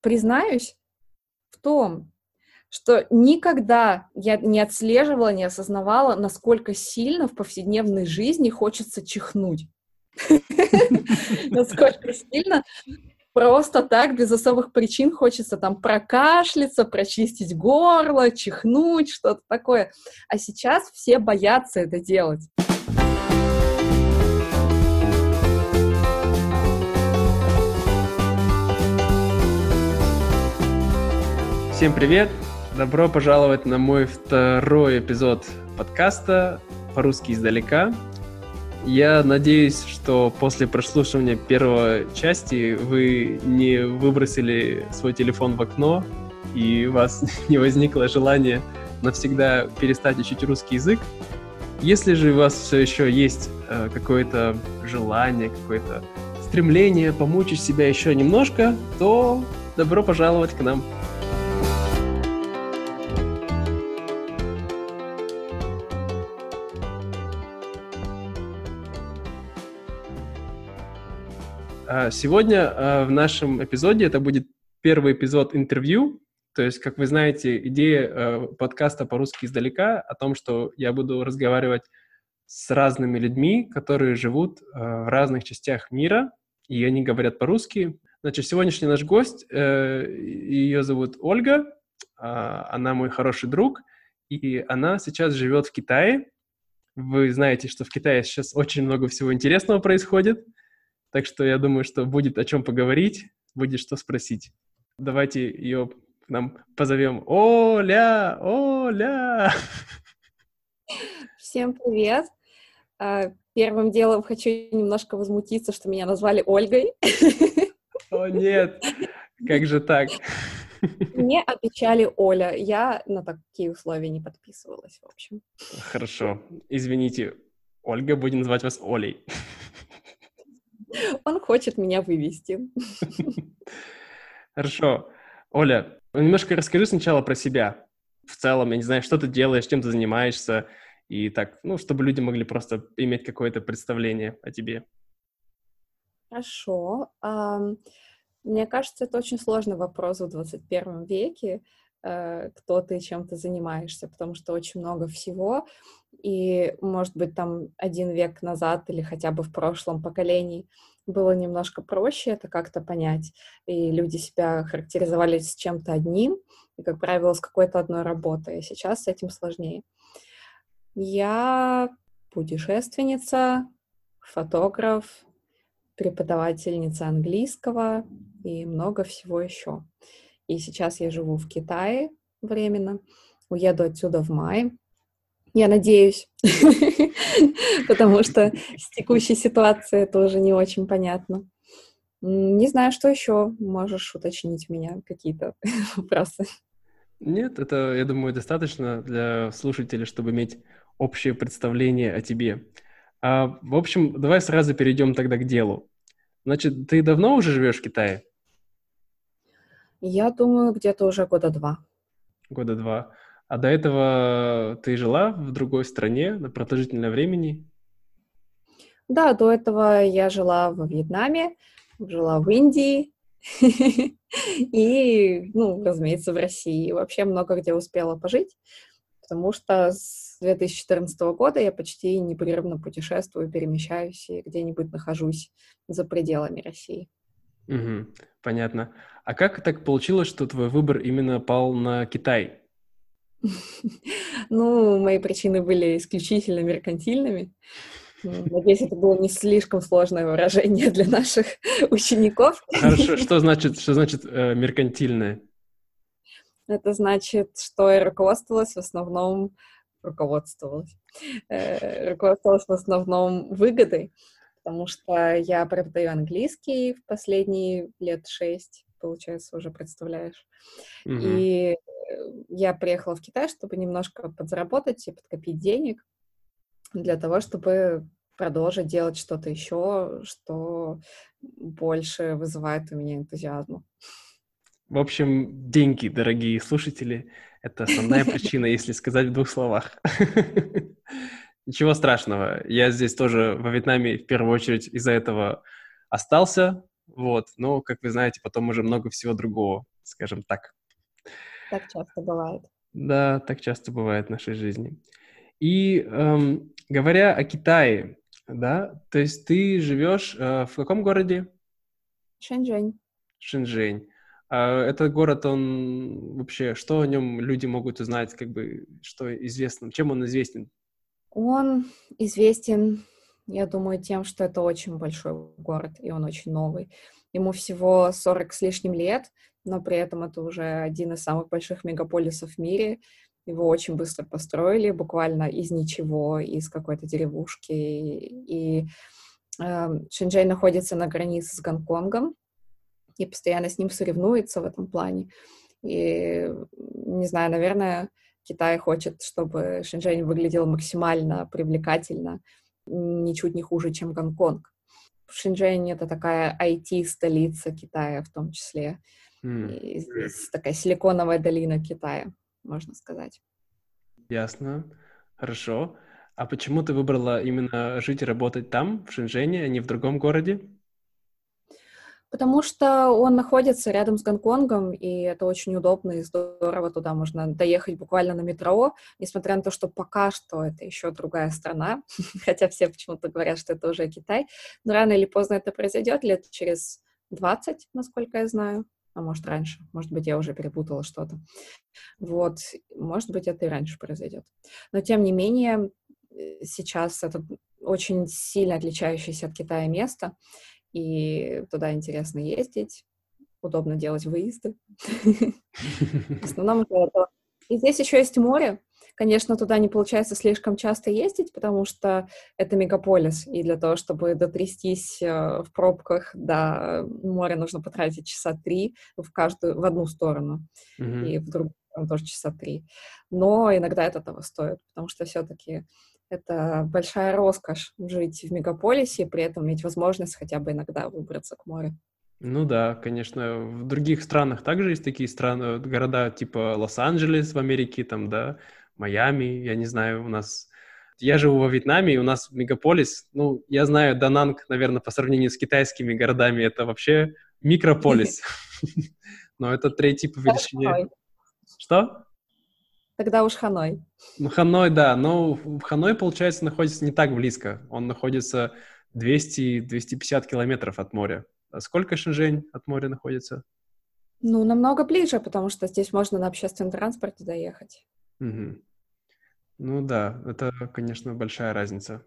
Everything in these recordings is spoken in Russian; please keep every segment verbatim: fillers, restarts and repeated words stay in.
признаюсь в том, что никогда я не отслеживала, не осознавала, насколько сильно в повседневной жизни хочется чихнуть. Насколько сильно просто так, без особых причин, хочется там прокашляться, прочистить горло, чихнуть, что-то такое. А сейчас все боятся это делать. Всем привет! Добро пожаловать на мой второй эпизод подкаста «По-русски издалека». Я надеюсь, что после прослушивания первой части вы не выбросили свой телефон в окно и у вас не возникло желания навсегда перестать учить русский язык. Если же у вас все еще есть э, какое-то желание, какое-то стремление помучить себя еще немножко, то добро пожаловать к нам. Сегодня в нашем эпизоде это будет первый эпизод интервью. То есть, как вы знаете, идея подкаста «По-русски издалека» о том, что я буду разговаривать с разными людьми, которые живут в разных частях мира, и они говорят по-русски. Значит, сегодняшний наш гость, ее зовут Ольга, она мой хороший друг, и она сейчас живет в Китае. Вы знаете, что в Китае сейчас очень много всего интересного происходит. Так что я думаю, что будет о чем поговорить, будет что спросить. Давайте ее к нам позовем. Оля! Оля! Всем привет! Первым делом хочу немножко возмутиться, что меня назвали Ольгой. О, нет! Как же так? Мне отвечали Оля. Я на такие условия не подписывалась, в общем. Хорошо. Извините, Ольга, будем называть вас Олей. Он хочет меня вывести. Хорошо. Оля, немножко расскажи сначала про себя. В целом, я не знаю, что ты делаешь, чем ты занимаешься, и так, ну, чтобы люди могли просто иметь какое-то представление о тебе. Хорошо. Um, мне кажется, это очень сложный вопрос в двадцать первом веке, uh, кто ты, чем ты занимаешься, потому что очень много всего, и, может быть, там один век назад или хотя бы в прошлом поколении было немножко проще это как-то понять, и люди себя характеризовали с чем-то одним, и, как правило, с какой-то одной работой, а сейчас с этим сложнее. Я путешественница, фотограф, преподавательница английского и много всего еще. И сейчас я живу в Китае временно, уеду отсюда в мае. Я надеюсь, потому что с текущей ситуацией тоже не очень понятно. Не знаю, что еще можешь уточнить у меня, какие-то вопросы. Нет, это, я думаю, достаточно для слушателей, чтобы иметь общее представление о тебе. А, в общем, давай сразу перейдем тогда к делу. Значит, ты давно уже живешь в Китае? Я думаю, где-то уже года два. Года два. А до этого ты жила в другой стране на продолжительное времени? Да, до этого я жила во Вьетнаме, жила в Индии и, ну, разумеется, в России. Вообще много где успела пожить, потому что с две тысячи четырнадцатого года я почти непрерывно путешествую, перемещаюсь и где-нибудь нахожусь за пределами России. Угу, понятно. А как так получилось, что твой выбор именно пал на Китай? Ну, мои причины были исключительно меркантильными. Надеюсь, это было не слишком сложное выражение для наших учеников. Хорошо, что значит, что значит э, меркантильное? Это значит, что я руководствовалась в основном, руководствовалась, э, руководствовалась в основном выгодой, потому что я преподаю английский в последние лет шесть, получается, уже представляешь. Угу. И я приехала в Китай, чтобы немножко подзаработать и подкопить денег для того, чтобы продолжить делать что-то еще, что больше вызывает у меня энтузиазм. В общем, деньги, дорогие слушатели, это основная причина, если сказать в двух словах. Ничего страшного. Я здесь тоже во Вьетнаме в первую очередь из-за этого остался. Вот. Но, как вы знаете, потом уже много всего другого скажем так. Так часто бывает. Да, так часто бывает в нашей жизни. И эм, говоря о Китае, да, то есть ты живешь э, в каком городе? Шэньчжэнь. Шэньчжэнь. А этот город, он вообще, что о нем люди могут узнать, как бы, что известно, чем он известен? Он известен, я думаю, тем, что это очень большой город, и он очень новый. Ему всего сорок с лишним лет, но при этом это уже один из самых больших мегаполисов в мире. Его очень быстро построили, буквально из ничего, из какой-то деревушки. И э, Шэньчжэнь находится на границе с Гонконгом и постоянно с ним соревнуется в этом плане. И, не знаю, наверное, Китай хочет, чтобы Шэньчжэнь выглядел максимально привлекательно, ничуть не хуже, чем Гонконг. Шэньчжэнь — это такая ай ти-столица Китая в том числе. М, И здесь такая силиконовая долина Китая, можно сказать. ясно, хорошо. А почему ты выбрала именно жить и работать там, в Шэньчжэне, а не в другом городе? Потому что он находится рядом с Гонконгом, и это очень удобно и здорово. Туда можно доехать буквально на метро, несмотря на то, что пока что это еще другая страна, хотя все почему-то говорят, что это уже Китай. Но рано или поздно это произойдет, лет через двадцать, насколько я знаю. А может, раньше. Может быть, я уже перепутала что-то. Вот. Может быть, это и раньше произойдет. Но, тем не менее, э, сейчас это очень сильно отличающееся от Китая место, и туда интересно ездить, удобно делать выезды. В основном это это. И здесь еще есть море. Конечно, туда не получается слишком часто ездить, потому что это мегаполис, и для того, чтобы дотрястись э, в пробках до моря, нужно потратить часа три в каждую, в одну сторону, Мгм. и в другую сторону тоже часа три. Но иногда это того стоит, потому что все-таки это большая роскошь жить в мегаполисе и при этом иметь возможность хотя бы иногда выбраться к морю. Ну да, конечно, в других странах также есть такие страны, вот города типа Лос-Анджелес в Америке, там, да, Майами, я не знаю, у нас... Я живу во Вьетнаме, и у нас мегаполис, ну, я знаю, Дананг, наверное, по сравнению с китайскими городами, это вообще микрополис. Но это третий по Тогда уж величине. Ханой. Что? Тогда уж Ханой. Ну, Ханой, да, но в Ханой, получается, находится не так близко. Он находится двести - двести пятьдесят километров от моря. А сколько Шэньчжэнь от моря находится? Ну, намного ближе, потому что здесь можно на общественном транспорте доехать. Мгм. Ну да, это, конечно, большая разница.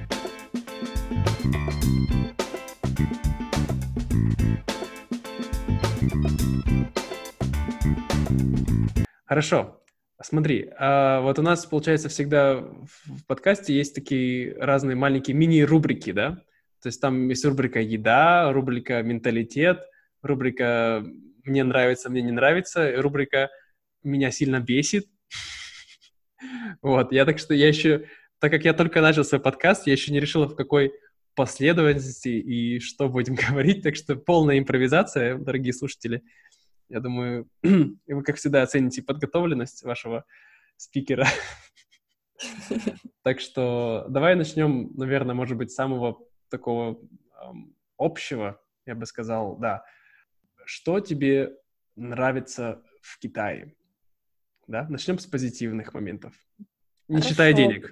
Хорошо. Смотри, а вот у нас, получается, всегда в в подкасте есть такие разные маленькие мини-рубрики, да? То есть там есть рубрика «Еда», рубрика «Менталитет», рубрика «Мне нравится, мне не нравится», и рубрика «Меня сильно бесит». Вот, я так что я еще, так как я только начал свой подкаст, я еще не решил, в какой последовательности и что будем говорить, так что полная импровизация, дорогие слушатели. Я думаю, вы, как всегда, оцените подготовленность вашего спикера. Так что давай начнем, наверное, может быть, с самого такого ам, общего, я бы сказал, да. Что тебе нравится в Китае? Да? Начнем с позитивных моментов. Не считая Хорошо. денег.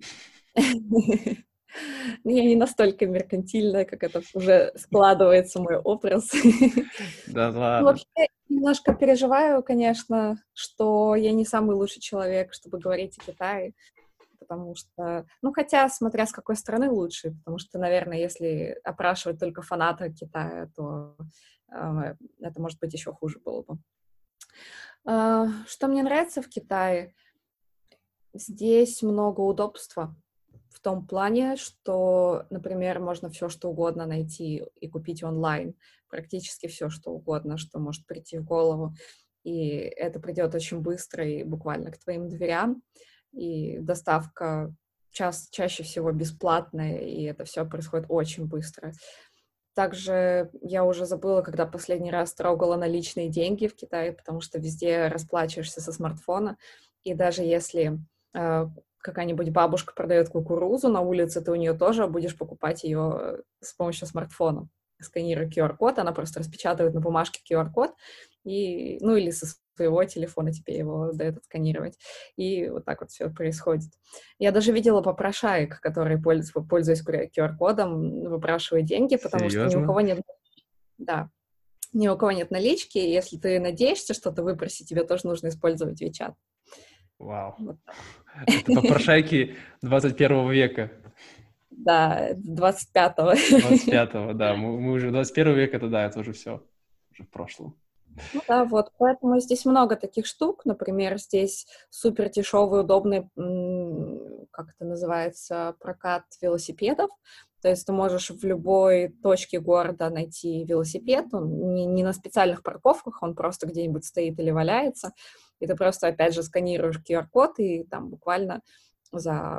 Ну, я не настолько меркантильная, как это уже складывается мой образ. Да Ну, ладно. вообще, я немножко переживаю, конечно, что я не самый лучший человек, чтобы говорить о Китае, потому что, ну, хотя, смотря с какой страны лучше, потому что, наверное, если опрашивать только фаната Китая, то э, это, может быть, еще хуже было бы. А, Что мне нравится в Китае? Здесь много удобства в том плане, что, например, можно все что угодно найти и купить онлайн, практически все что угодно, что может прийти в голову, и это придет очень быстро и буквально к твоим дверям, и доставка час, чаще всего бесплатная, и это все происходит очень быстро. Также я уже забыла, когда последний раз трогала наличные деньги в Китае, потому что везде расплачиваешься со смартфона, и даже если э, какая-нибудь бабушка продает кукурузу на улице, ты у нее тоже будешь покупать ее с помощью смартфона. Сканируя ку ар код, она просто распечатывает на бумажке ку ар код, и, ну, или со своего телефона тебе его дают отсканировать. И вот так вот все происходит. Я даже видела попрошаек, которые, пользуясь, пользуясь ку ар-кодом, выпрашивают деньги, потому что ни у Серьезно? кого нет... Да, ни у кого нет налички, и если ты надеешься что-то выпросить, тебе тоже нужно использовать WeChat. Вау. Вот. Это попрошайки двадцать первого века. Да, двадцать пятого. двадцать пятого, да. Мы, мы уже двадцать первого века, это да, это уже все. Уже в прошлом. Ну да, вот, поэтому здесь много таких штук. Например, здесь супер дешевый, удобный, м, как это называется, прокат велосипедов. То есть ты можешь в любой точке города найти велосипед, он не, не на специальных парковках, он просто где-нибудь стоит или валяется, и ты просто, опять же, сканируешь ку ар-код, и там буквально за...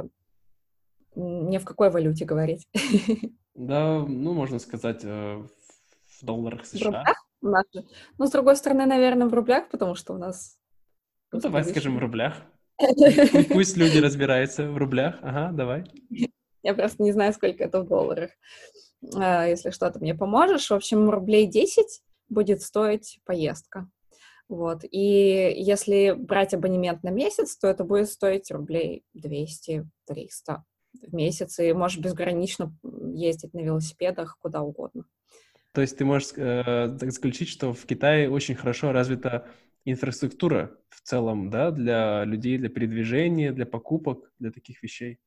м, ни в какой валюте говорить. Да, ну, можно сказать, э, в долларах В США. рублях наши. Но, с другой стороны, наверное, в рублях, потому что у нас Ну, давай скажем в русскоязычные. рублях. Пусть, пусть- пусть люди разбираются в рублях. Ага, давай. Я просто не знаю, сколько это в долларах. А, Если что, ты мне поможешь. В общем, рублей десять будет стоить поездка. Вот. И если брать абонемент на месяц, то это будет стоить рублей двести-триста в месяц. И можешь безгранично ездить на велосипедах куда угодно. То есть ты можешь э, так заключить, что в Китае очень хорошо развита инфраструктура в целом, да, для людей, для передвижения, для покупок, для таких вещей.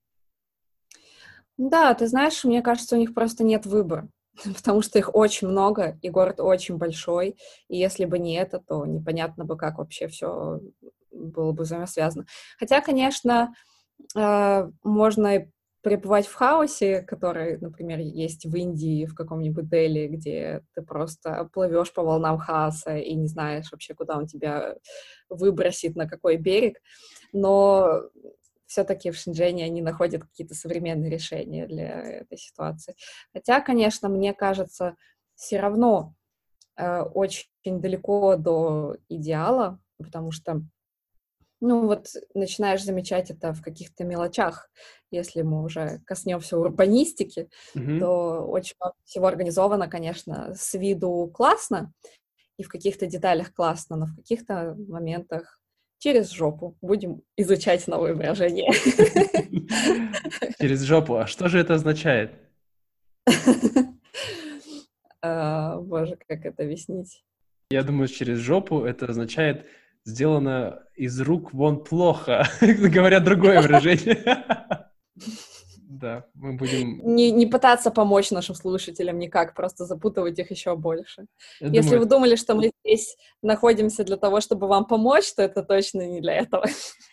Да, ты знаешь, мне кажется, у них просто нет выбора, потому что их очень много, и город очень большой, и если бы не это, то непонятно бы, как вообще все было бы взаимосвязано. Хотя, конечно, э, можно и пребывать в хаосе, который, например, есть в Индии, в каком-нибудь Дели, где ты просто плывешь по волнам хаоса и не знаешь вообще, куда он тебя выбросит, на какой берег, но все-таки в Шэньчжэне они находят какие-то современные решения для этой ситуации. Хотя, конечно, мне кажется, все равно э, очень далеко до идеала, потому что, ну вот, начинаешь замечать это в каких-то мелочах. Если мы уже коснемся урбанистики, Мгм. то очень много всего организовано, конечно, с виду классно, и в каких-то деталях классно, но в каких-то моментах через жопу. Будем изучать новые выражения. Через жопу. А что же это означает? А, Боже, как это объяснить? Я думаю, через жопу это означает сделано из рук вон плохо. Говорят другое выражение. Да, мы будем... Не, не пытаться помочь нашим слушателям никак, просто запутывать их еще больше. Я Если думаю, вы думали, что мы здесь находимся для того, чтобы вам помочь, то это точно не для этого.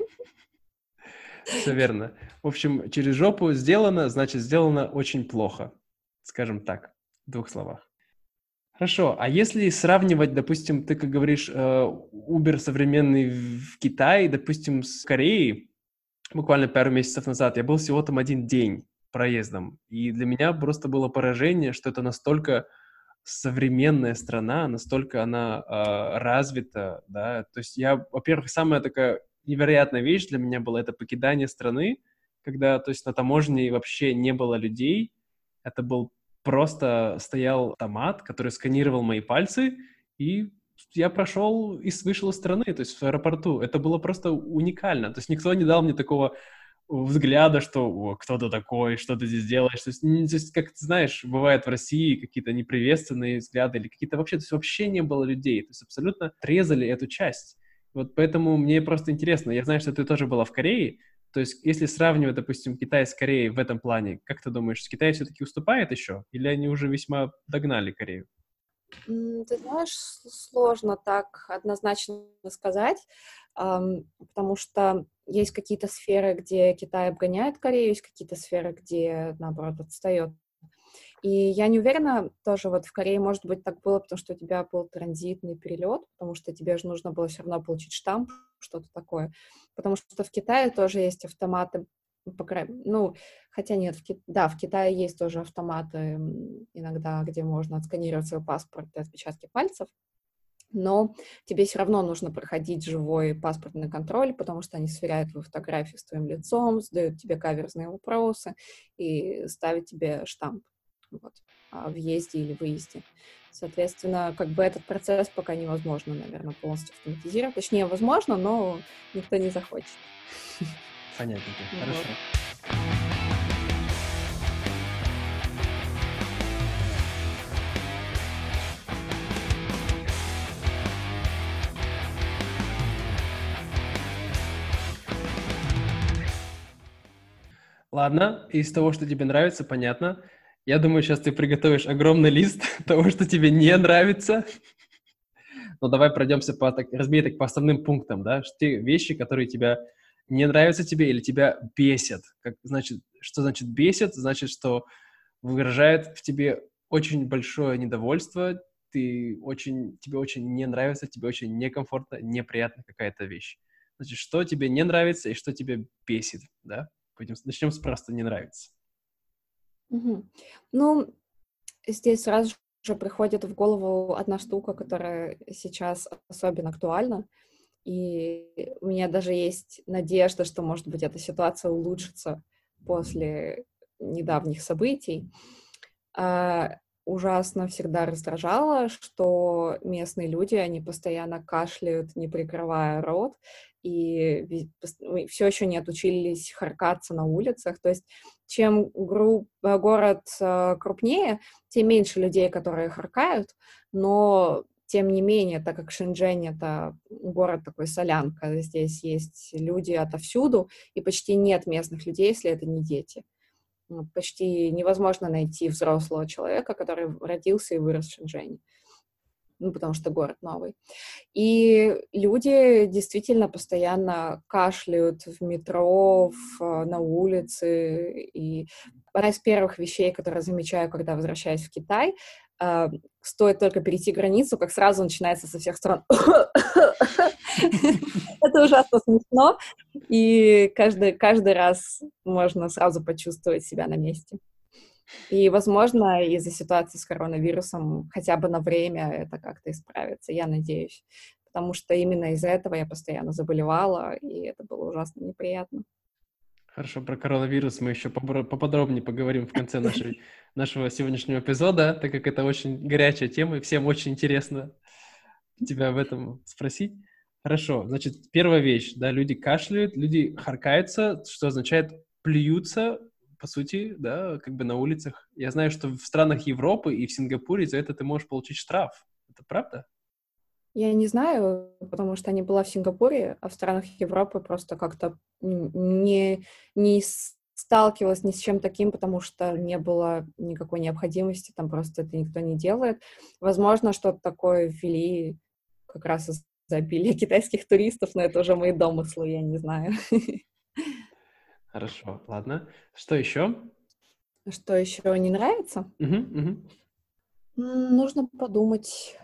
все верно. В общем, через жопу сделано, значит, сделано очень плохо. Скажем так, в двух словах. Хорошо, а если сравнивать, допустим, ты, как говоришь, э, Uber современный в Китае, допустим, с Кореей, буквально пару месяцев назад, я был всего там один день проездом, и для меня просто было поражение, что это настолько современная страна, настолько она э, развита, да, то есть я, во-первых, самая такая невероятная вещь для меня была это покидание страны, когда, то есть на таможне вообще не было людей, это был просто стоял автомат, который сканировал мои пальцы, и я прошел и вышел из страны, то есть в аэропорту. Это было просто уникально. То есть никто не дал мне такого взгляда, что «О, кто ты такой, что ты здесь делаешь?» То есть, н- то есть, как ты знаешь, бывает в России какие-то неприветственные взгляды или какие-то вообще, то есть вообще не было людей. То есть абсолютно отрезали эту часть. Вот поэтому мне просто интересно. Я знаю, что ты тоже была в Корее. То есть если сравнивать, допустим, Китай с Кореей в этом плане, как ты думаешь, Китай все-таки уступает еще? Или они уже весьма догнали Корею? М, Ты знаешь, с- сложно так однозначно сказать, ам, потому что есть какие-то сферы, где Китай обгоняет Корею, есть какие-то сферы, где, наоборот, отстает. И я не уверена, тоже вот в Корее, может быть, так было, потому что у тебя был транзитный перелет, потому что тебе же нужно было все равно получить штамп, что-то такое. Потому что в Китае тоже есть автоматы, по крайней ну, хотя нет, в Ки- да, в Китае есть тоже автоматы м, иногда, где можно отсканировать свой паспорт и отпечатки пальцев, но тебе все равно нужно проходить живой паспортный контроль, потому что они сверяют твою фотографию с твоим лицом, задают тебе каверзные вопросы и ставят тебе штамп вот, о въезде или выезде. Соответственно, как бы этот процесс пока невозможно, наверное, полностью автоматизировать. Точнее, возможно, но никто не захочет. Понятненько. Вот. Хорошо. Ладно, из того, что тебе нравится, понятно. Я думаю, сейчас ты приготовишь огромный лист того, что тебе не нравится. Но давай пройдемся по, так, разбей так по основным пунктам, да, те вещи, которые тебя не нравятся тебе или тебя бесят. Как, значит, что значит бесит? Значит, что выражает в тебе очень большое недовольство, ты очень, тебе очень не нравится, тебе очень некомфортно, неприятна какая-то вещь. Значит, что тебе не нравится и что тебе бесит, да? Пойдем, начнем с просто не нравится. Угу. Ну, здесь сразу же приходит в голову одна штука, которая сейчас особенно актуальна, и у меня даже есть надежда, что, может быть, эта ситуация улучшится после недавних событий. А, ужасно всегда раздражало, что местные люди, они постоянно кашляют, не прикрывая рот, и все еще не отучились харкаться на улицах. То есть чем гру- город а, крупнее, тем меньше людей, которые харкают, но тем не менее, так как Шэньчжэнь — это город такой солянка, здесь есть люди отовсюду, и почти нет местных людей, если это не дети. Почти невозможно найти взрослого человека, который родился и вырос в Шэньчжэне, ну, потому что город новый. И люди действительно постоянно кашляют в метро, в, на улице. И одна из первых вещей, которые замечаю, когда возвращаюсь в Китай, э, стоит только перейти границу, как сразу начинается со всех сторон. Это ужасно смешно, и каждый, каждый раз можно сразу почувствовать себя на месте. И, возможно, из-за ситуации с коронавирусом хотя бы на время это как-то исправится, я надеюсь. Потому что именно из-за этого я постоянно заболевала, и это было ужасно неприятно. Хорошо, про коронавирус мы еще поподробнее поговорим в конце нашей, нашего сегодняшнего эпизода, так как это очень горячая тема, и всем очень интересно тебя об этом спросить. Хорошо, значит, первая вещь, да, люди кашляют, люди харкаются, что означает плюются, по сути, да, как бы на улицах. Я знаю, что в странах Европы и в Сингапуре за это ты можешь получить штраф. Это правда? Я не знаю, потому что я не была в Сингапуре, а в странах Европы просто как-то не, не сталкивалась ни с чем таким, потому что не было никакой необходимости, там просто это никто не делает. Возможно, что-то такое ввели как раз из-за обилия китайских туристов, но это уже мои домыслы, я не знаю. Хорошо, ладно. Что еще? Что еще не нравится? Угу, угу. Нужно подумать.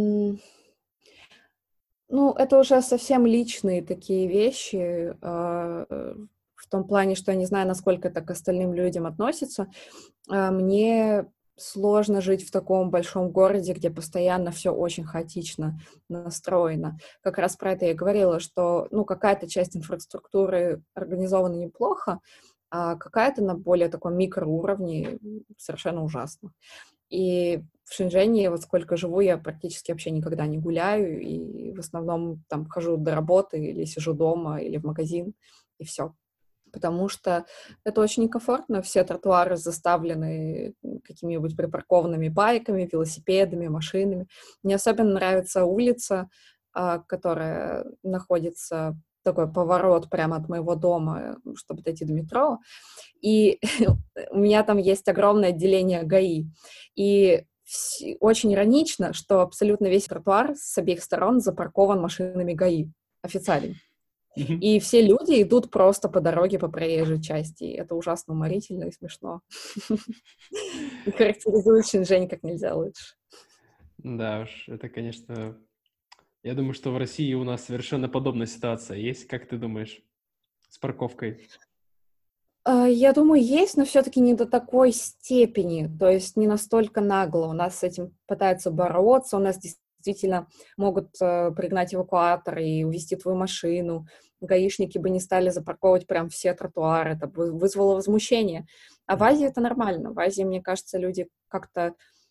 Ну, это уже совсем личные такие вещи, э, в том плане, что я не знаю, насколько это к остальным людям относится. А, мне сложно жить в таком большом городе, где постоянно все очень хаотично настроено. Как раз про это я говорила, что, ну, какая-то часть инфраструктуры организована неплохо, а какая-то на более таком микроуровне совершенно ужасно. И в Шэньчжэне, вот сколько живу, я практически вообще никогда не гуляю, и в основном там хожу до работы, или сижу дома, или в магазин, и все. Потому что это очень некомфортно, все тротуары заставлены какими-нибудь припаркованными байками, велосипедами, машинами. Мне особенно нравится улица, а, которая находится такой поворот прямо от моего дома, чтобы дойти до метро. И у меня там есть огромное отделение ГАИ. И вс- очень иронично, что абсолютно весь тротуар с обеих сторон запаркован машинами ГАИ официально. И все люди идут просто по дороге, по проезжей части. И это ужасно уморительно и смешно. И характеризует Шэньчжэнь как нельзя лучше. Да уж, это, конечно... Я думаю, что в России у нас совершенно подобная ситуация есть. Как ты думаешь, с парковкой? Я думаю, есть, но все-таки не до такой степени, то есть не настолько нагло. У нас с этим пытаются бороться, у нас действительно могут э, пригнать эвакуатор и увезти твою машину. Гаишники бы не стали запарковывать прям все тротуары, это бы вызвало возмущение. А в Азии это нормально. В Азии, мне кажется, люди как-то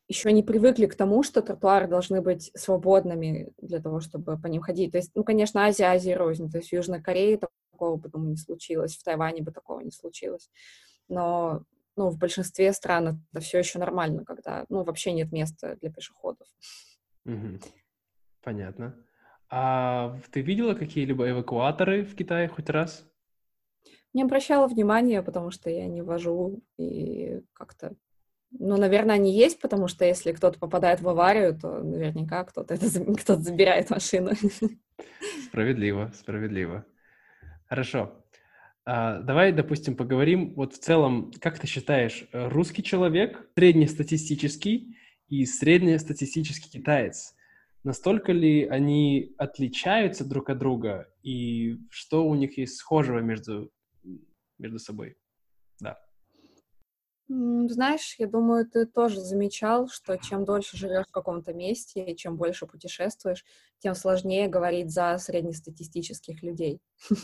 еще не привыкли к тому, что тротуары должны быть свободными для того, чтобы по ним ходить. То есть, ну, конечно, Азия, Азия рознь. То есть в Южной Корее такого бы, думаю, не случилось, в Тайване бы такого не случилось. Но, ну, в большинстве стран это все еще нормально, когда, ну, вообще нет места для пешеходов. Мгм. Понятно. А ты видела какие-либо эвакуаторы в Китае хоть раз? Не обращала внимания, потому что я не вожу, и как-то... Ну, наверное, они есть, потому что если кто-то попадает в аварию, то наверняка кто-то это заб- кто-то забирает машину. Справедливо, справедливо. Хорошо. А, давай, допустим, поговорим вот в целом, как ты считаешь, э, русский человек, среднестатистический и среднестатистический китаец, настолько ли они отличаются друг от друга, и что у них есть схожего между, между собой? Да. М, Знаешь, я думаю, ты тоже замечал, что чем дольше живешь в каком-то месте и чем больше путешествуешь, тем сложнее говорить за среднестатистических людей.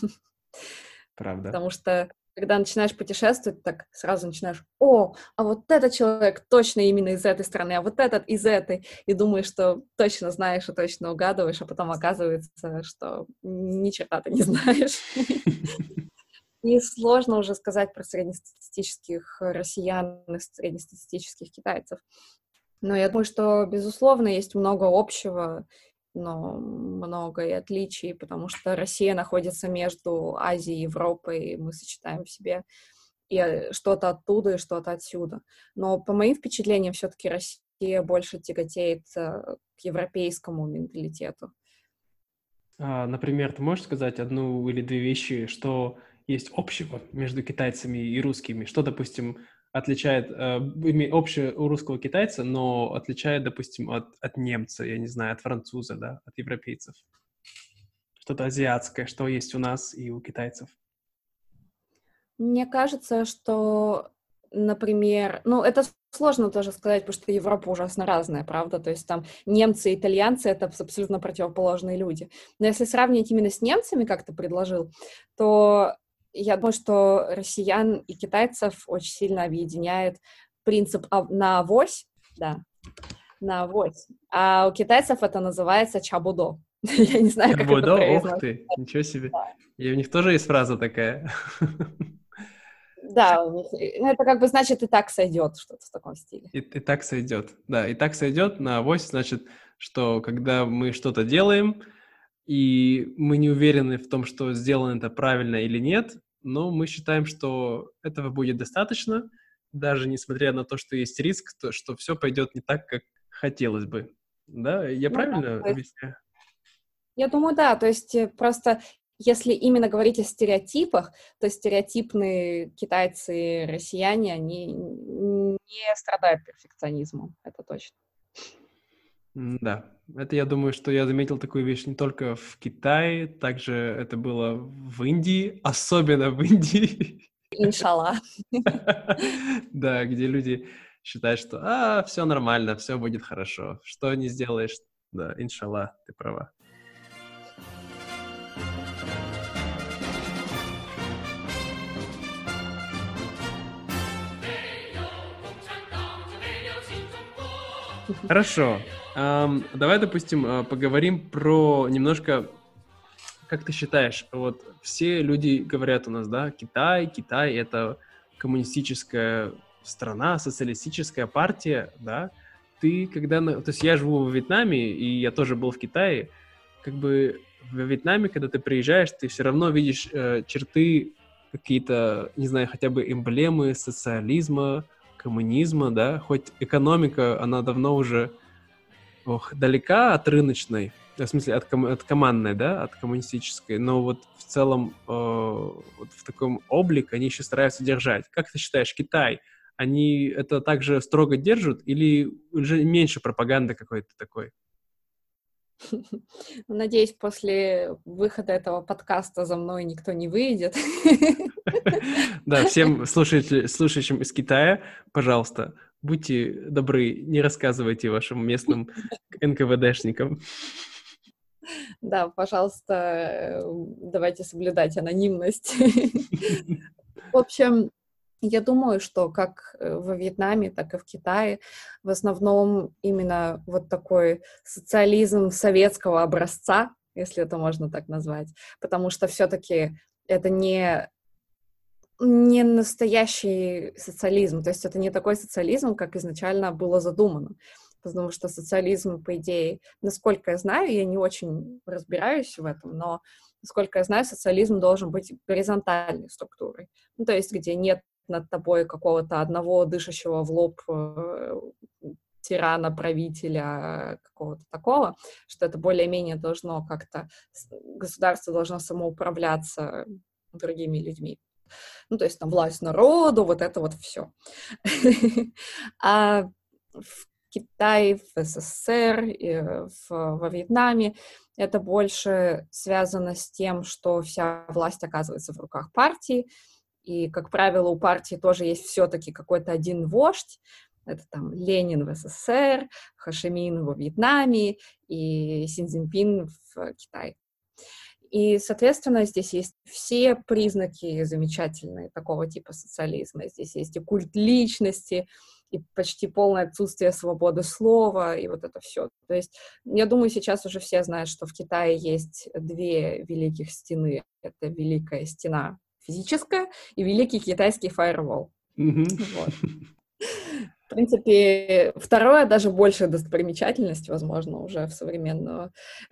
Правда. Потому что когда начинаешь путешествовать, так сразу начинаешь: о, а вот этот человек точно именно из этой страны, а вот этот из этой. И думаешь, что точно знаешь и точно угадываешь, а потом оказывается, что ни черта ты не знаешь. И сложно уже сказать про среднестатистических россиян и среднестатистических китайцев. Но я думаю, что, безусловно, есть много общего, но много и отличий, потому что Россия находится между Азией и Европой, и мы сочетаем в себе и э, что-то оттуда, и что-то отсюда. Но по моим впечатлениям, все-таки Россия больше тяготеет э, к европейскому менталитету. А, например, ты можешь сказать одну или две вещи, что есть общего между китайцами и русскими? Что, допустим, отличает, э, име- общее у русского китайца, но отличает, допустим, от, от немца, я не знаю, от француза, да, от европейцев? Что-то азиатское, что есть у нас и у китайцев? Мне кажется, что, например, ну, это сложно тоже сказать, потому что Европа ужасно разная, правда? То есть там немцы и итальянцы — это абс- абсолютно противоположные люди. Но если сравнивать именно с немцами, как ты предложил, то я думаю, что россиян и китайцев очень сильно объединяет принцип ав- на авось, да, на авось. А у китайцев это называется чабудо. Я не знаю, как это Чабудо, ох произносится. ты, ничего себе. И у них тоже есть фраза такая. Да, у них, э, ну, это как бы значит и так сойдет, что-то в таком стиле. И, и так сойдет. Да, и так сойдет на авось, значит, что когда мы что-то делаем, и мы не уверены в том, что сделано это правильно или нет, но мы считаем, что этого будет достаточно, даже несмотря на то, что есть риск, то, что все пойдет не так, как хотелось бы. Да, я Ну да, правильно то есть, объясняю? я думаю, да, то есть э, просто если именно говорить о стереотипах, то стереотипные китайцы и россияне, они не страдают перфекционизмом, это точно. М, Да, это я думаю, что я заметил такую вещь не только в Китае, также это было в Индии, особенно в Индии. Иншаллах. Да, где люди считают, что а, все нормально, все будет хорошо. Что не сделаешь, да, иншаллах, ты права. Хорошо. Ам, давай, допустим, а, поговорим про немножко, как ты считаешь, вот все люди говорят у нас, да, Китай, Китай — это коммунистическая страна, социалистическая партия, да. Ты когда... на- То есть я живу в Вьетнаме, и я тоже был в Китае. Как бы в Вьетнаме, когда ты приезжаешь, ты все равно видишь э, черты какие-то, не знаю, хотя бы эмблемы социализма, коммунизма, да. Хоть экономика, она давно уже ох, далека от рыночной, в смысле от, ком- от командной, да, от коммунистической, но вот в целом э, вот в таком облике они еще стараются держать. Как ты считаешь, Китай, они это также строго держат или уже меньше пропаганды какой-то такой? Надеюсь, после выхода этого подкаста за мной никто не выйдет. Да, всем слушатель- слушающим из Китая, пожалуйста, будьте добры, не рассказывайте вашим местным эн ка вэ дэшникам. Да, пожалуйста, э, давайте соблюдать анонимность. В общем, Я думаю, что как э, во Вьетнаме, так и в Китае в основном именно вот такой социализм советского образца, если это можно так назвать, потому что все-таки это не, не настоящий социализм, то есть это не такой социализм, как изначально было задумано. Потому что социализм, по идее, насколько я знаю, я не очень разбираюсь в этом, но, насколько я знаю, социализм должен быть горизонтальной структурой. Ну, то есть где нет над тобой какого-то одного дышащего в лоб э, тирана, правителя, какого-то такого, что это более-менее должно как-то, с- государство должно самоуправляться другими людьми. Ну, то есть там власть народу, вот это вот все. А в Китае, в СССР, и в, во Вьетнаме это больше связано с тем, что вся власть оказывается в руках партии, и, как правило, у партии тоже есть все-таки какой-то один вождь. Это там Ленин в СССР, Хошимин во Вьетнаме и Си Цзиньпин в Китае. И, соответственно, здесь есть все признаки замечательные такого типа социализма. Здесь есть и культ личности, и почти полное отсутствие свободы слова, и вот это все. То есть, я думаю, сейчас уже все знают, что в Китае есть две великих стены. Это Великая стена физическая и Великий китайский фаервол. Мгм. Вот. В принципе, второе даже большая достопримечательность, возможно, уже в современного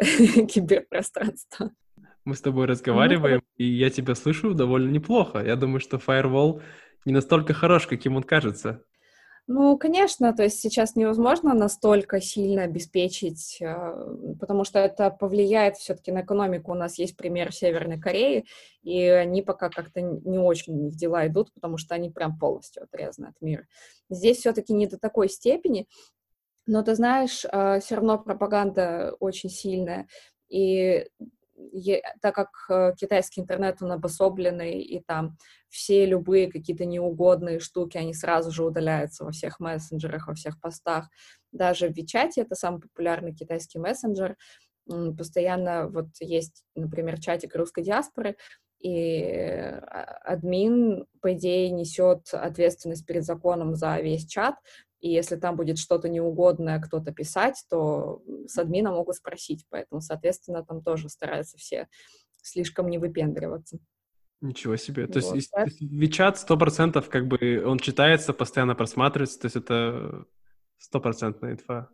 киберпространства. Мы с тобой Ну, разговариваем, и я тебя слышу довольно неплохо. Я думаю, что Firewall не настолько хорош, каким он кажется. Ну, конечно, то есть сейчас невозможно настолько сильно обеспечить, э, потому что это повлияет все-таки на экономику. У нас есть пример Северной Кореи, и они пока как-то не очень у них дела идут, потому что они прям полностью отрезаны от мира. Здесь все-таки не до такой степени, но ты знаешь, все равно пропаганда очень сильная, и е- так как э, китайский интернет, он обособленный, и там все любые какие-то неугодные штуки, они сразу же удаляются во всех мессенджерах, во всех постах. Даже в Вичате, это самый популярный китайский мессенджер, м, постоянно вот есть, например, чатик русской диаспоры, и э, а- админ, по идее, несет ответственность перед законом за весь чат, и если там будет что-то неугодное кто-то писать, то с админа могут спросить, поэтому, соответственно, там тоже стараются все слишком не выпендриваться. Ничего себе. То есть, Вот. ис- то есть Вичат сто процентов как бы он читается, постоянно просматривается, то есть это стопроцентная инфа.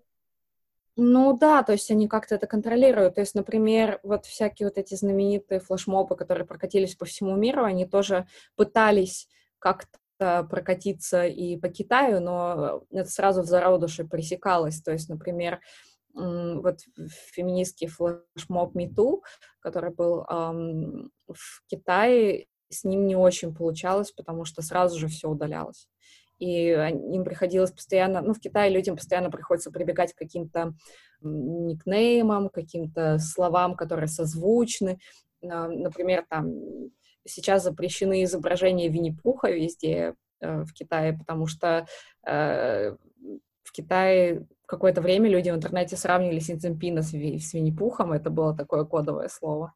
Ну да, то есть они как-то это контролируют. То есть, например, вот всякие вот эти знаменитые флешмобы, которые прокатились по всему миру, они тоже пытались как-то прокатиться и по Китаю, но это сразу в зародыше пресекалось. То есть, например, м, вот феминистский флешмоб MeToo, который был ам, в Китае, с ним не очень получалось, потому что сразу же все удалялось. И он- им приходилось постоянно, ну, в Китае людям постоянно приходится прибегать к каким-то м, никнеймам, каким-то словам, которые созвучны. На- Например, там сейчас запрещены изображения Винни-Пуха везде э, в Китае, потому что э, в Китае какое-то время люди в интернете сравнивали Си Цзиньпина с, Ви- с Винни-Пухом, это было такое кодовое слово.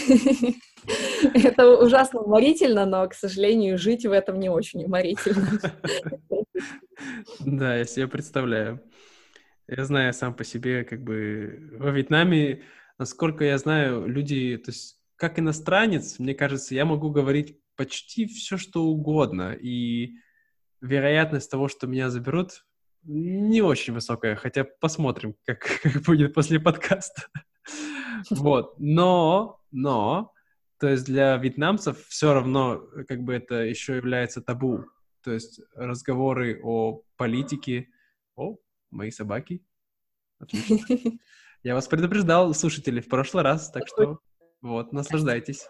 Это ужасно уморительно, но, к сожалению, жить в этом не очень уморительно. Да, я себе представляю. Я знаю сам по себе, как бы во Вьетнаме, насколько я знаю, люди, то есть как иностранец, мне кажется, я могу говорить почти все, что угодно, и вероятность того, что меня заберут, не очень высокая, хотя посмотрим, как, как будет после подкаста. Вот, но, но, то есть для вьетнамцев все равно, как бы это еще является табу, то есть разговоры о политике, о, мои собаки, отлично. Я вас предупреждал, слушатели, в прошлый раз, так что вот, наслаждайтесь.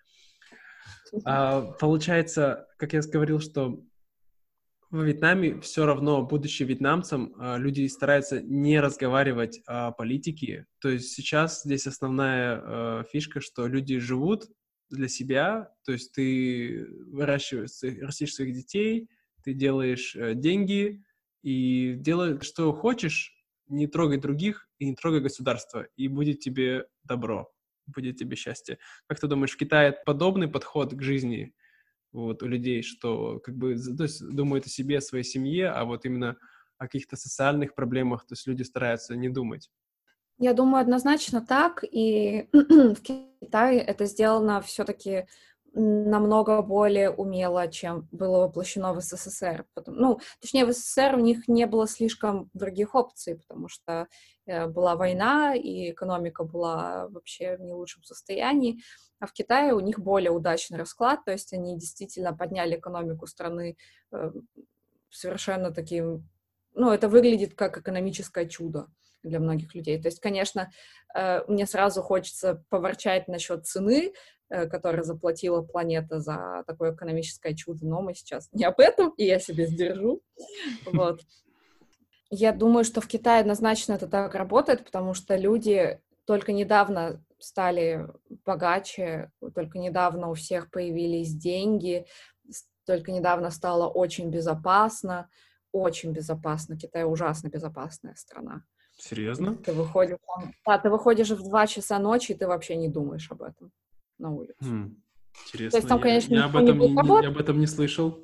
А, получается, как я говорил, что во Вьетнаме все равно, будучи вьетнамцем, а, люди стараются не разговаривать о политике. То есть сейчас здесь основная э, фишка, что люди живут для себя, то есть ты выращиваешь, своих- растишь своих детей, ты делаешь э, деньги и делай, что хочешь, не трогай других и не трогай государство, и будет тебе добро, будет тебе счастье. Как ты думаешь, в Китае подобный подход к жизни вот, у людей, что как бы, то есть думают о себе, о своей семье, а вот именно о каких-то социальных проблемах, то есть люди стараются не думать. Я думаю, однозначно так, и в Китае это сделано все-таки намного более умело, чем было воплощено в СССР. Потом, ну, точнее, в СССР у них не было слишком других опций, потому что э, была война, и экономика была вообще в не лучшем состоянии. А в Китае у них более удачный расклад, то есть они действительно подняли экономику страны э, совершенно таким... Ну, это выглядит как экономическое чудо для многих людей. То есть, конечно, э, мне сразу хочется поворчать насчет цены, э, которую заплатила планета за такое экономическое чудо, но мы сейчас не об этом, и я себе сдержу. Вот. Я думаю, что в Китае однозначно это так работает, потому что люди только недавно стали богаче, только недавно у всех появились деньги, только недавно стало очень безопасно, очень безопасно. Китай ужасно безопасная страна. Серьезно? Ты выходишь, да, ты выходишь в два часа ночи, и ты вообще не думаешь об этом на улицу. Хм, То есть интересно, там, я, конечно, я об никто не этом будет не, не- я работать, об этом не слышал.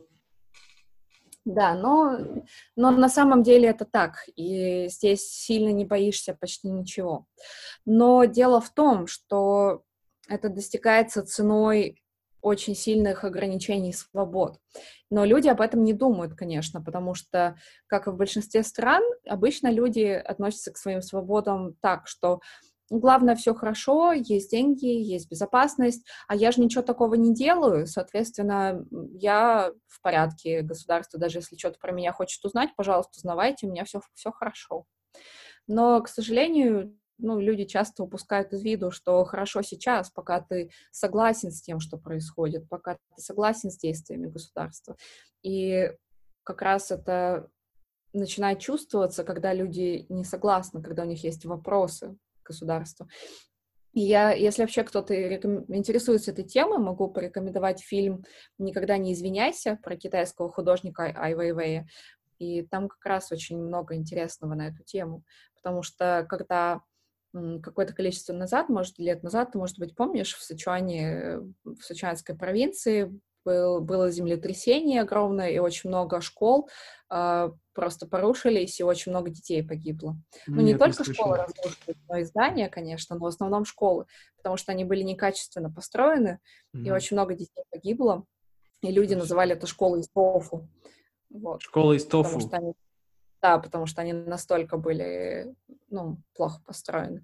да, но, но на самом деле это так, и здесь сильно не боишься почти ничего. Но дело в том, что это достигается ценой очень сильных ограничений свобод. Но люди об этом не думают, конечно, потому что, как и в большинстве стран, обычно люди относятся к своим свободам так, что главное, все хорошо, есть деньги, есть безопасность, а я же ничего такого не делаю, соответственно, я в порядке, государство, даже если что-то про меня хочет узнать, пожалуйста, узнавайте, у меня все, все хорошо. Но, к сожалению, ну, люди часто упускают из виду, что хорошо сейчас, пока ты согласен с тем, что происходит, пока ты согласен с действиями государства. И как раз это начинает чувствоваться, когда люди не согласны, когда у них есть вопросы к государству. И я, если вообще кто-то реком... интересуется этой темой, могу порекомендовать фильм «Никогда не извиняйся» про китайского художника Ай Вейвея. И там как раз очень много интересного на эту тему. Потому что когда м, какое-то количество назад, может, лет назад, ты, может быть, помнишь, в Сычуане, в Сычуанской провинции был, было землетрясение огромное, и очень много школ э, просто порушились, и очень много детей погибло. Ну, не Нет, не только слышал. школы разрушились, но и здания, конечно, но в основном школы, потому что они были некачественно построены, и Мгм. очень много детей погибло, и люди называли это школой из тофу. Вот. Школа из Потому тофу. что они, да, потому что они настолько были, ну, плохо построены.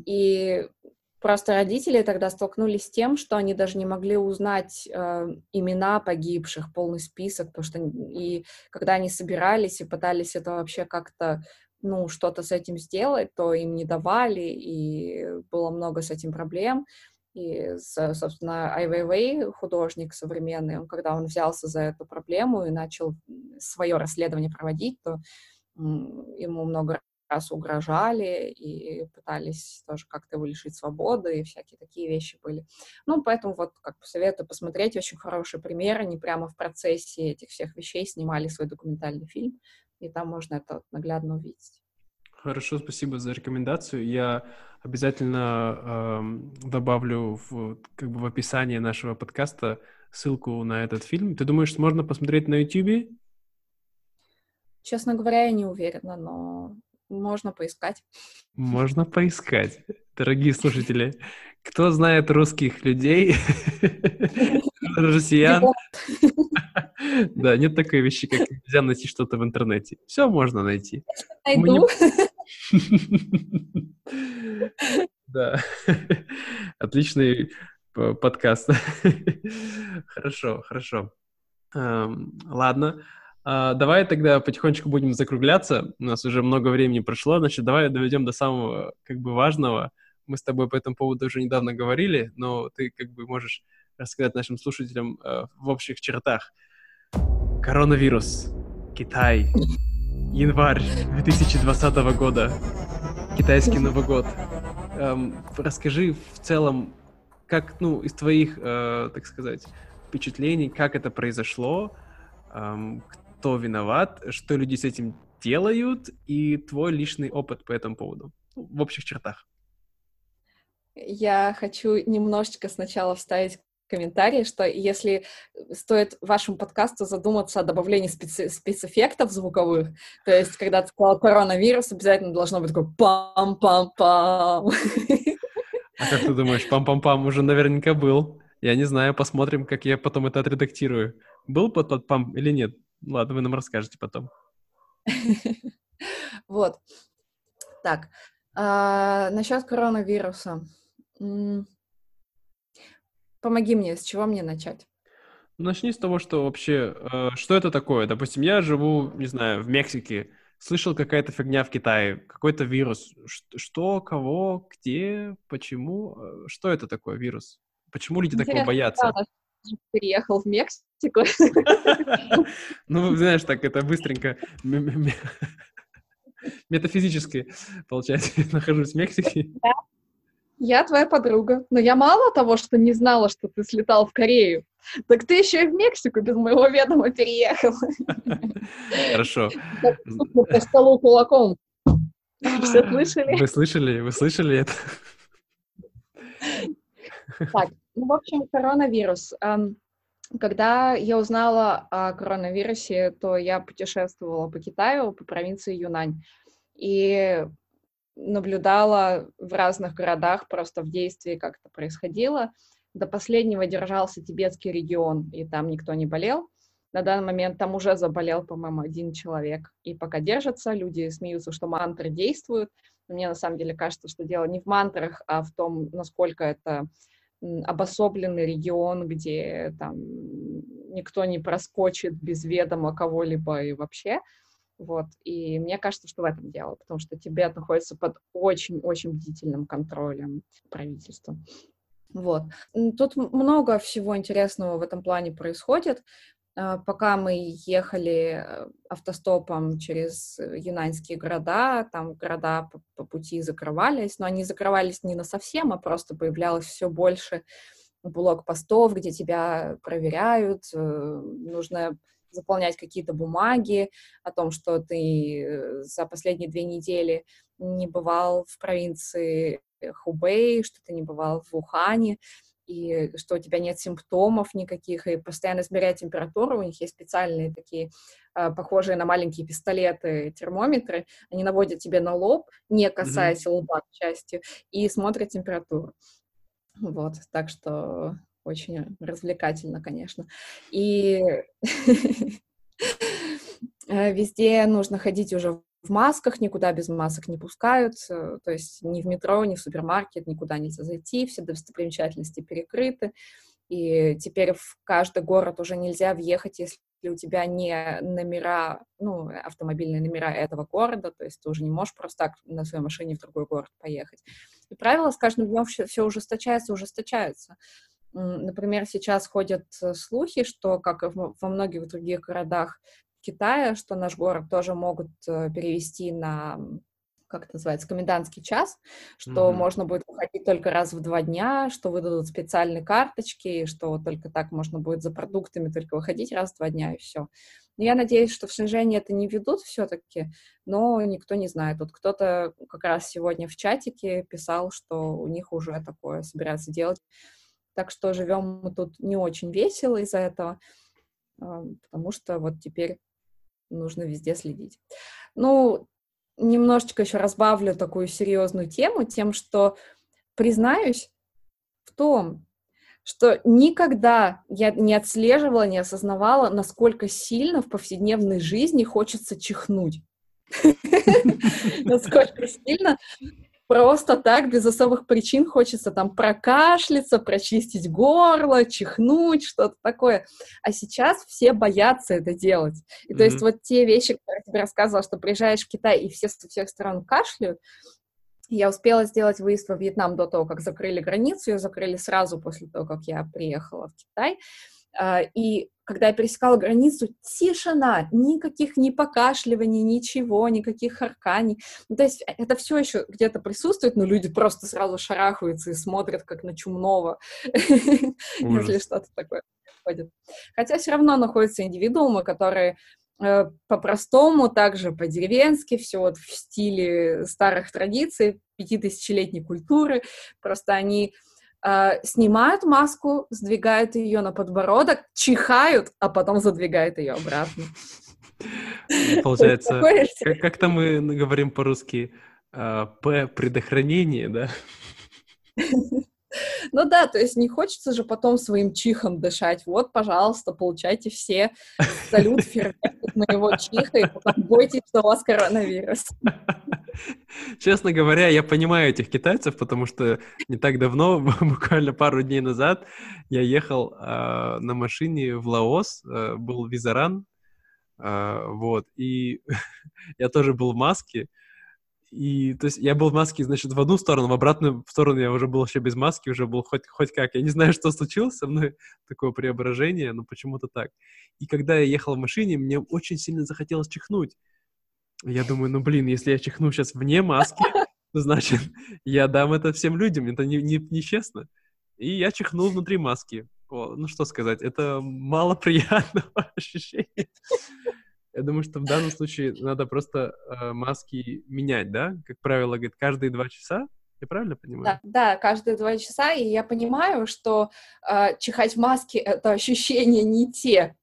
И просто родители тогда столкнулись с тем, что они даже не могли узнать э, имена погибших, полный список, потому что и когда они собирались и пытались это вообще как-то, ну, что-то с этим сделать, то им не давали, и было много с этим проблем. И, собственно, Ай Вейвей, художник современный, он, когда он взялся за эту проблему и начал свое расследование проводить, то ему много раз угрожали и пытались тоже как-то его лишить свободы, и всякие такие вещи были. Ну, поэтому вот как бы советую посмотреть, очень хороший пример, они прямо в процессе этих всех вещей снимали свой документальный фильм, и там можно это наглядно увидеть. Хорошо, спасибо за рекомендацию. Я обязательно эм, добавлю в, как бы в описание нашего подкаста ссылку на этот фильм. Ты думаешь, можно посмотреть на YouTube? Честно говоря, я не уверена, но можно поискать. Можно поискать. Дорогие слушатели, кто знает русских людей, россиян? Диплом Да, нет такой вещи, как нельзя найти что-то в интернете. Все можно найти. Мы не... найду. Да. Отличный п- подкаст. Хорошо, хорошо. Эм, Ладно. А, Давай тогда потихонечку будем закругляться. У нас уже много времени прошло. Значит, давай доведем до самого как бы важного. Мы с тобой по этому поводу уже недавно говорили, но ты как бы можешь рассказать нашим слушателям э, в общих чертах. Коронавирус. Китай. Январь две тысячи двадцатого года. Китайский Новый год. Эм, расскажи в целом, как, ну, из твоих, э, так сказать, впечатлений, как это произошло, эм, кто виноват, что люди с этим делают, и твой личный опыт по этому поводу. Ну, в общих чертах. Я хочу немножечко сначала вставить комментарии, что если стоит вашему подкасту задуматься о добавлении специ- спецэффектов звуковых, то есть, когда ты сказал коронавирус, обязательно должно быть такое пам-пам-пам. А как ты думаешь, пам-пам-пам уже наверняка был? Я не знаю, посмотрим, как я потом это отредактирую. Был под под пам или нет? Ладно, вы нам расскажете потом. Вот. Так, а, насчет коронавируса. Помоги мне, с чего мне начать? Начни с того, что вообще, э, что это такое? Допустим, я живу, не знаю, в Мексике, слышал какая-то фигня в Китае, какой-то вирус. Ш- Что, кого, где, почему? Э, Что это такое вирус? Почему люди такого Интересно, боятся? правда, ты переехал в Мексику. Ну, знаешь, так это быстренько, м- м- м- метафизически, получается, я нахожусь в Мексике. Я твоя подруга, но я мало того, что не знала, что ты слетал в Корею, так ты еще и в Мексику без моего ведома переехал. Хорошо. Стукну по столу кулаком. Все слышали? Вы слышали? Вы слышали это? Так, ну, в общем, коронавирус. Ам, Когда я узнала о коронавирусе, то я путешествовала по Китаю, по провинции Юнань, и наблюдала в разных городах просто в действии, как это происходило. До последнего держался тибетский регион, и там никто не болел. На данный момент там уже заболел, по-моему, один человек. И пока держатся, люди смеются, что мантры действуют. Но мне на самом деле кажется, что дело не в мантрах, а в том, насколько это м, обособленный регион, где там никто не проскочит без ведома кого-либо и вообще. Вот. И мне кажется, что в этом дело, потому что Тибет находится под очень-очень бдительным контролем правительства. Вот. М, Тут м- много всего интересного в этом плане происходит. А, Пока мы ехали э, автостопом через э, юнаньские города, там города по, по пути закрывались, но они закрывались не на совсем, а просто появлялось все больше блокпостов, где тебя проверяют, э, нужно заполнять какие-то бумаги о том, что ты э, за последние две недели не бывал в провинции Хубэй, что ты не бывал в Ухане, и что у тебя нет симптомов никаких, и постоянно измерять температуру. У них есть специальные такие, э, похожие на маленькие пистолеты, термометры. Они наводят тебе на лоб, не Мгм. касаясь лба, к счастью, и смотрят температуру. Вот, так что очень развлекательно, конечно. И э, везде нужно ходить уже в масках, никуда без масок не пускают, э, то есть ни в метро, ни в супермаркет, никуда нельзя зайти, все достопримечательности перекрыты. И теперь в каждый город уже нельзя въехать, если у тебя не номера, ну, автомобильные номера этого города, то есть ты уже не можешь просто так на своей машине в другой город поехать. И правила с каждым днем все, все ужесточаются, ужесточаются. М, Например, сейчас ходят э, слухи, что, как и в- во многих других городах Китая, что наш город тоже могут э, перевести на, м, как это называется, комендантский час, что Мгм. можно будет выходить только раз в два дня, что выдадут специальные карточки, что вот только так можно будет за продуктами только выходить раз в два дня, и все. Но я надеюсь, что в Шэньчжэне это не ведут все-таки, но никто не знает. Вот кто-то как раз сегодня в чатике писал, что у них уже такое собираются делать. Так что живем мы тут не очень весело из-за этого, а, потому что вот теперь нужно везде следить. Ну, немножечко еще разбавлю такую серьезную тему тем, что признаюсь в том, что никогда я не отслеживала, не осознавала, насколько сильно в повседневной жизни хочется чихнуть. Насколько сильно просто так, без особых причин, хочется там прокашляться, прочистить горло, чихнуть, что-то такое. А сейчас все боятся это делать. И то есть Мгм. вот те вещи, которые я тебе рассказывала, что приезжаешь в Китай, и все со всех сторон кашляют, я успела сделать выезд во Вьетнам до того, как закрыли границу. Ее закрыли сразу после того, как я приехала в Китай. А, И когда я пересекала границу, тишина, никаких ни покашливаний, ничего, никаких харканий. Ну, то есть э, это все еще где-то присутствует, но люди просто сразу шарахаются и смотрят, как на чумного, если Ужас. что-то такое происходит. Хотя все равно находятся индивидуумы, которые э, по-простому, также по-деревенски, все вот в стиле старых традиций, пятитысячелетней культуры. Просто они э, снимают маску, сдвигают ее на подбородок, чихают, а потом задвигают ее обратно. Получается, как, как-то мы говорим по-русски, э, П предохранение, да? Ну да, то есть не хочется же потом своим чихом дышать. Вот, пожалуйста, получайте все салют, фейерверк от моего чиха, и потом бойтесь, что у вас коронавирус. Честно говоря, я понимаю этих китайцев, потому что не так давно, буквально пару дней назад, я ехал э, на машине в Лаос, э, был визаран, э, вот, и я тоже был в маске, и, то есть, я был в маске, значит, в одну сторону, в обратную сторону я уже был еще без маски, уже был хоть, хоть как. Я не знаю, что случилось со мной, такое преображение, но почему-то так. И когда я ехал в машине, мне очень сильно захотелось чихнуть. Я думаю, ну, блин, если я чихну сейчас вне маски, то, значит, я дам это всем людям, это не, не, нечестно. И я чихнул внутри маски. О, ну, что сказать, это мало приятного ощущения. Я думаю, что в данном случае надо просто э, маски менять, да? Как правило, говорит, каждые два часа. Я правильно понимаю? Да, да, каждые два часа, и я понимаю, что э, чихать в маске — это ощущения не те,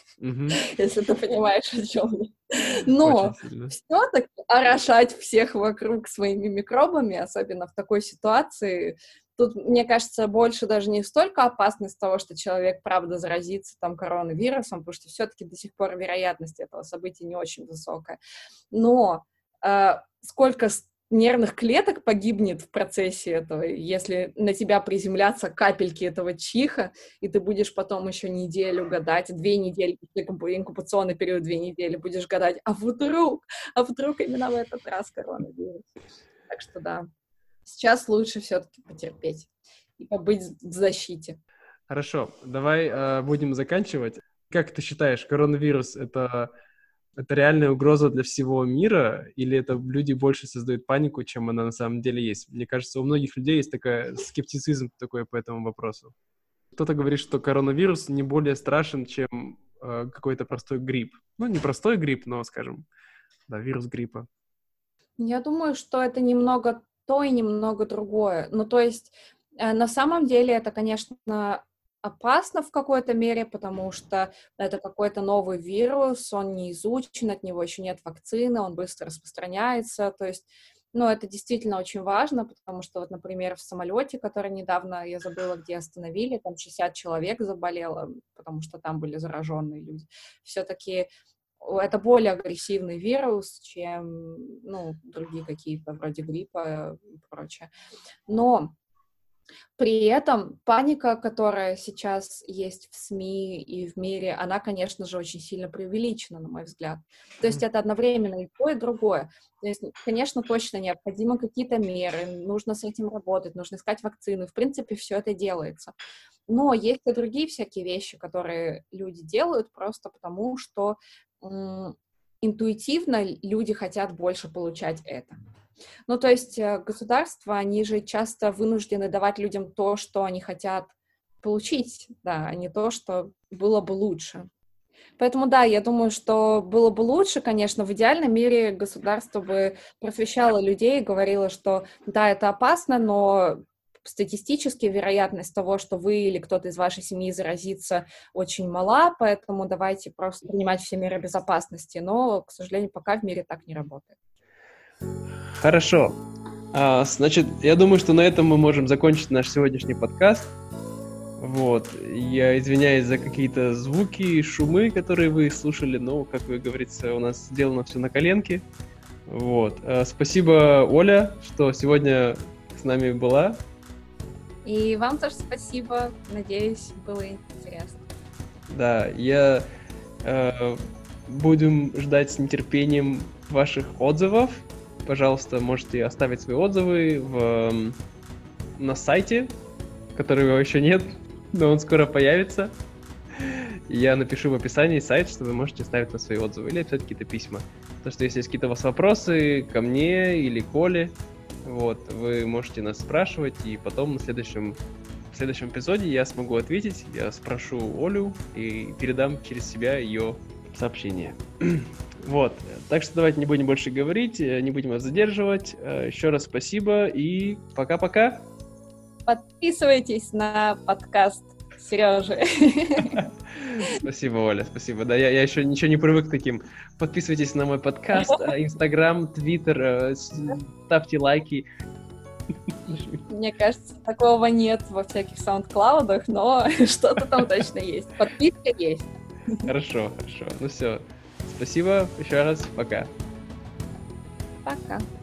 если ты понимаешь, о чем я. Но все-таки орошать всех вокруг своими микробами, особенно в такой ситуации, тут, мне кажется, больше даже не столько опасность того, что человек, правда, заразится там коронавирусом, потому что все-таки до сих пор вероятность этого события не очень высокая. Но э, сколько нервных клеток погибнет в процессе этого, если на тебя приземлятся капельки этого чиха, и ты будешь потом еще неделю гадать, две недели, инкубационный период две недели, будешь гадать, а вдруг, а вдруг именно в этот раз коронавирус. Так что да. Сейчас лучше все-таки потерпеть и побыть в защите. Хорошо, давай э, будем заканчивать. Как ты считаешь, коронавирус — это, это реальная угроза для всего мира, или это люди больше создают панику, чем она на самом деле есть? Мне кажется, у многих людей есть такой скептицизм такой по этому вопросу. Кто-то говорит, что коронавирус не более страшен, чем э, какой-то простой грипп. Ну, не простой грипп, но, скажем, да, вирус гриппа. Я думаю, что это немного то и немного другое. Ну, то есть, э, на самом деле это, конечно, опасно в какой-то мере, потому что это какой-то новый вирус, он не изучен, от него еще нет вакцины, он быстро распространяется. То есть, ну, это действительно очень важно, потому что, вот, например, в самолете, который недавно, я забыла, где остановили, там шестьдесят человек заболело, потому что там были зараженные люди. Все-таки это более агрессивный вирус, чем, ну, другие какие-то, вроде гриппа и прочее. Но при этом паника, которая сейчас есть в СМИ и в мире, она, конечно же, очень сильно преувеличена, на мой взгляд. То есть это одновременно и то, и другое. То есть, конечно, точно необходимы какие-то меры, нужно с этим работать, нужно искать вакцины. В принципе, все это делается. Но есть и другие всякие вещи, которые люди делают просто потому, что м- интуитивно люди хотят больше получать это. Ну, то есть государства, они же часто вынуждены давать людям то, что они хотят получить, да, а не то, что было бы лучше. Поэтому, да, я думаю, что было бы лучше, конечно, в идеальном мире государство бы просвещало людей, говорило, что да, это опасно, но статистически вероятность того, что вы или кто-то из вашей семьи заразится, очень мала, поэтому давайте просто принимать все меры безопасности. Но, к сожалению, пока в мире так не работает. Хорошо. А, значит, я думаю, что на этом мы можем закончить наш сегодняшний подкаст. Вот. Я извиняюсь за какие-то звуки, шумы, которые вы слушали, но, как вы говорится, у нас сделано все на коленке. Вот. А, спасибо, Оля, что сегодня с нами была. И вам тоже спасибо. Надеюсь, было интересно. Да, я э, будем ждать с нетерпением ваших отзывов. Пожалуйста, можете оставить свои отзывы в, на сайте, которого еще нет, но он скоро появится. Я напишу в описании сайт, что вы можете ставить на свои отзывы или писать какие-то письма. Потому что если есть какие-то у вас вопросы ко мне или Коле, вот, вы можете нас спрашивать, и потом на следующем, в следующем эпизоде я смогу ответить. Я спрошу Олю и передам через себя ее сообщение. Вот, так что давайте не будем больше говорить, не будем вас задерживать. Еще раз спасибо и пока-пока. Подписывайтесь на подкаст Сережи. Спасибо, Оля, спасибо. Да, я, я еще ничего не привык к таким. Подписывайтесь на мой подкаст, Инстаграм, Твиттер, ставьте лайки. Мне кажется, такого нет во всяких саундклаудах, но что-то там точно есть. Подписка есть. Хорошо, хорошо. Ну все. Спасибо еще раз. Пока. Пока.